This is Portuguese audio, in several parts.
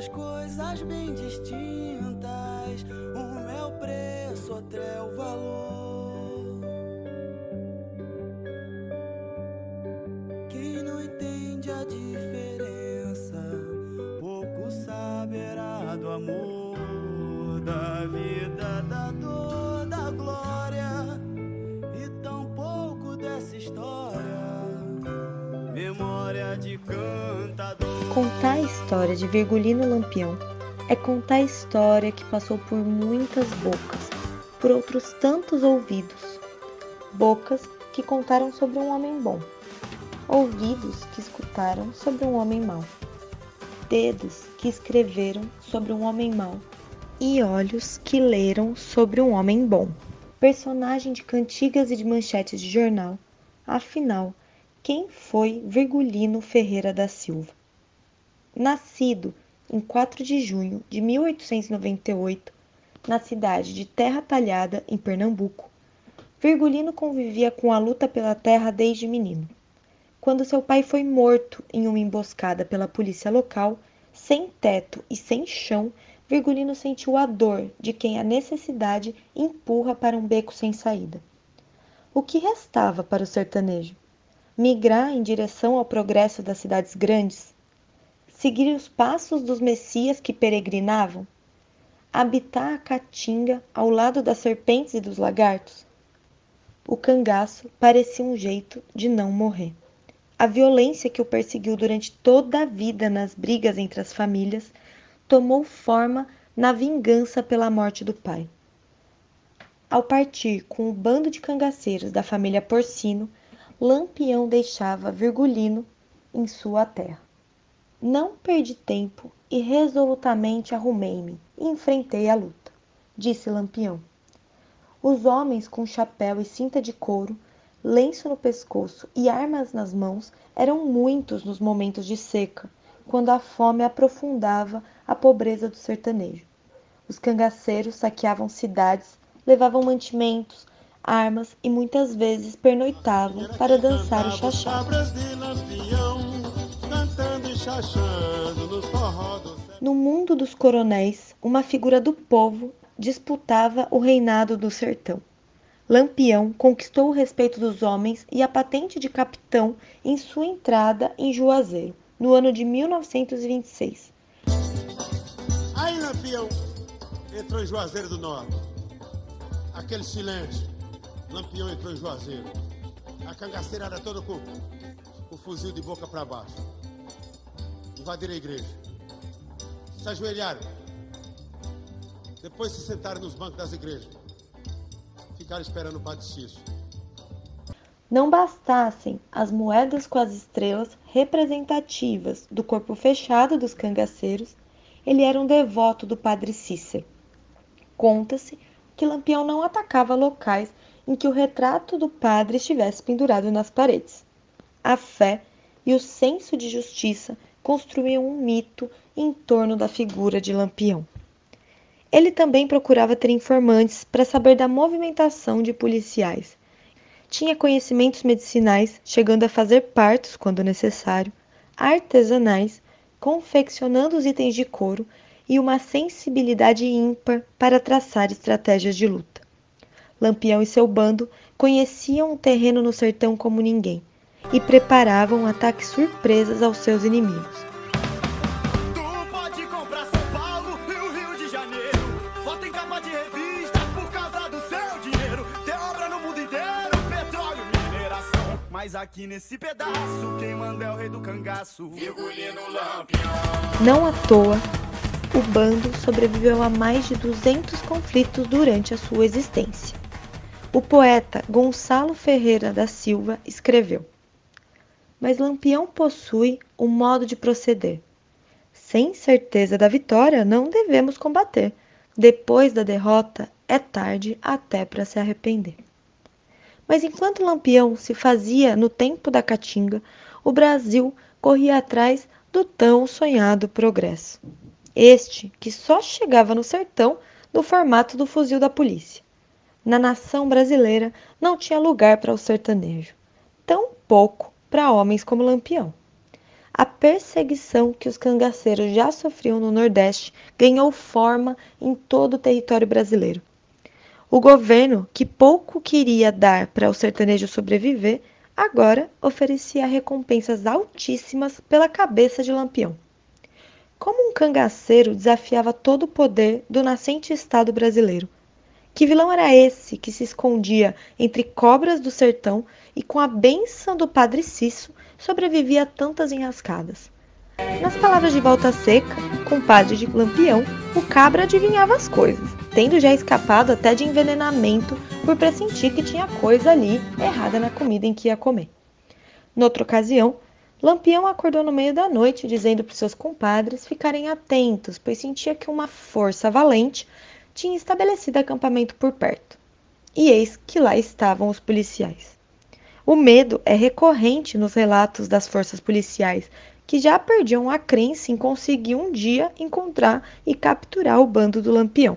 duas coisas bem distintas. Uma é o preço, outra é o valor. Quem não entende a diferença, pouco saberá do amor, da vida, da dor, da glória, e tão pouco dessa história. Memória de cantador. Contar a história de Virgulino Lampião é contar a história que passou por muitas bocas, por outros tantos ouvidos. Bocas que contaram sobre um homem bom, ouvidos que escutaram sobre um homem mau, dedos que escreveram sobre um homem mau e olhos que leram sobre um homem bom. Personagem de cantigas e de manchetes de jornal, afinal, quem foi Virgulino Ferreira da Silva? Nascido em 4 de junho de 1898, na cidade de Terra Talhada, em Pernambuco, Virgulino convivia com a luta pela terra desde menino. Quando seu pai foi morto em uma emboscada pela polícia local, sem teto e sem chão, Virgulino sentiu a dor de quem a necessidade empurra para um beco sem saída. O que restava para o sertanejo? Migrar em direção ao progresso das cidades grandes? Seguir os passos dos messias que peregrinavam? Habitar a caatinga ao lado das serpentes e dos lagartos? O cangaço parecia um jeito de não morrer. A violência que o perseguiu durante toda a vida nas brigas entre as famílias tomou forma na vingança pela morte do pai. Ao partir com o bando de cangaceiros da família Porcino, Lampião deixava Virgulino em sua terra. Não perdi tempo e resolutamente arrumei-me e enfrentei a luta, disse Lampião. Os homens com chapéu e cinta de couro, lenço no pescoço e armas nas mãos eram muitos nos momentos de seca, quando a fome aprofundava a pobreza do sertanejo. Os cangaceiros saqueavam cidades, levavam mantimentos, armas e muitas vezes pernoitavam para dançar o xaxá. No mundo dos coronéis, uma figura do povo disputava o reinado do sertão. Lampião conquistou o respeito dos homens e a patente de capitão em sua entrada em Juazeiro, no ano de 1926. Aí Lampião entrou em Juazeiro do Norte. Aquele silêncio. Lampião entrou em Juazeiro. A cangaceirada toda com o fuzil de boca para baixo. Invadiram a igreja. Se ajoelharam. Depois se sentaram nos bancos das igrejas. Ficaram esperando o Padre Cício. Não bastassem as moedas com as estrelas representativas do corpo fechado dos cangaceiros, ele era um devoto do Padre Cícero. Conta-se que Lampião não atacava locais em que o retrato do padre estivesse pendurado nas paredes. A fé e o senso de justiça construíam um mito em torno da figura de Lampião. Ele também procurava ter informantes para saber da movimentação de policiais. Tinha conhecimentos medicinais, chegando a fazer partos quando necessário, artesanais, confeccionando os itens de couro e uma sensibilidade ímpar para traçar estratégias de luta. Lampião e seu bando conheciam o terreno no sertão como ninguém e preparavam ataques surpresas aos seus inimigos. Tu pode comprar São Paulo e o Rio de Janeiro, foto em capa de revista por causa do seu dinheiro. Tem obra no mundo inteiro, petróleo, mineração, mas aqui nesse pedaço quem manda é o rei do cangaço, Virgulino Lampião. Não à toa, o bando sobreviveu a mais de 200 conflitos durante a sua existência. O poeta Gonçalo Ferreira da Silva escreveu: mas Lampião possui um modo de proceder. Sem certeza da vitória, não devemos combater. Depois da derrota, é tarde até para se arrepender. Mas enquanto Lampião se fazia no tempo da caatinga, o Brasil corria atrás do tão sonhado progresso. Este que só chegava no sertão no formato do fuzil da polícia. Na nação brasileira não tinha lugar para o sertanejo, tampouco para homens como Lampião. A perseguição que os cangaceiros já sofriam no Nordeste ganhou forma em todo o território brasileiro. O governo, que pouco queria dar para o sertanejo sobreviver, agora oferecia recompensas altíssimas pela cabeça de Lampião. Como um cangaceiro desafiava todo o poder do nascente Estado brasileiro? Que vilão era esse que se escondia entre cobras do sertão e com a bênção do Padre Cício sobrevivia a tantas enrascadas? Nas palavras de Volta Seca, compadre de Lampião, o cabra adivinhava as coisas, tendo já escapado até de envenenamento por pressentir que tinha coisa ali errada na comida em que ia comer. Noutra ocasião, Lampião acordou no meio da noite dizendo para os seus compadres ficarem atentos, pois sentia que uma força valente tinha estabelecido acampamento por perto. E eis que lá estavam os policiais. O medo é recorrente nos relatos das forças policiais, que já perdiam a crença em conseguir um dia encontrar e capturar o bando do Lampião.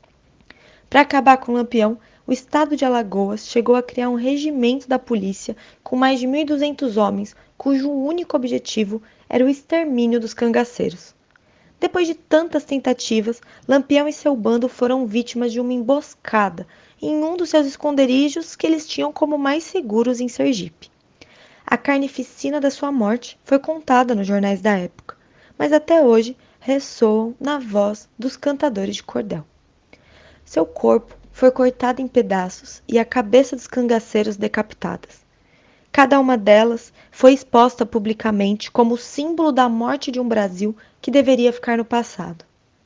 Para acabar com o Lampião, o estado de Alagoas chegou a criar um regimento da polícia com mais de 1.200 homens, cujo único objetivo era o extermínio dos cangaceiros. Depois de tantas tentativas, Lampião e seu bando foram vítimas de uma emboscada em um dos seus esconderijos que eles tinham como mais seguros em Sergipe. A carnificina da sua morte foi contada nos jornais da época, mas até hoje ressoam na voz dos cantadores de cordel. Seu corpo foi cortado em pedaços e a cabeça dos cangaceiros decapitadas. Cada uma delas foi exposta publicamente como símbolo da morte de um Brasil que deveria ficar no passado.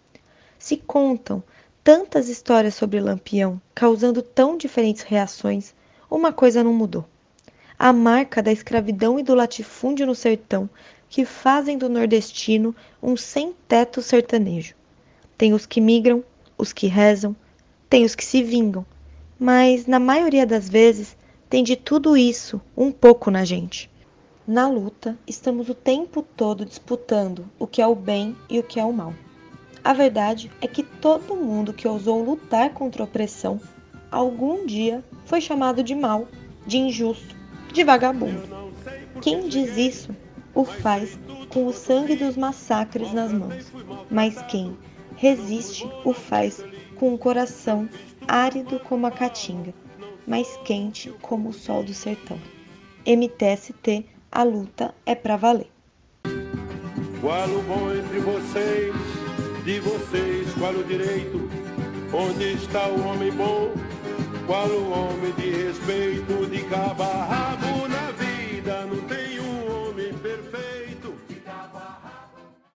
Se contam tantas histórias sobre Lampião, causando tão diferentes reações, uma coisa não mudou. A marca da escravidão e do latifúndio no sertão que fazem do nordestino um sem-teto sertanejo. Tem os que migram, os que rezam, tem os que se vingam, mas na maioria das vezes tem de tudo isso um pouco na gente. Na luta, estamos o tempo todo disputando o que é o bem e o que é o mal. A verdade é que todo mundo que ousou lutar contra a opressão, algum dia foi chamado de mal, de injusto, de vagabundo. Quem diz isso, o faz com o sangue dos massacres nas mãos. Mas quem resiste, o faz com um coração árido como a caatinga, mais quente como o sol do sertão. MTST, a luta é pra valer. Qual o bom entre vocês, de vocês, qual o direito? Onde está o homem bom? Qual o homem de respeito, de cabo a rabo?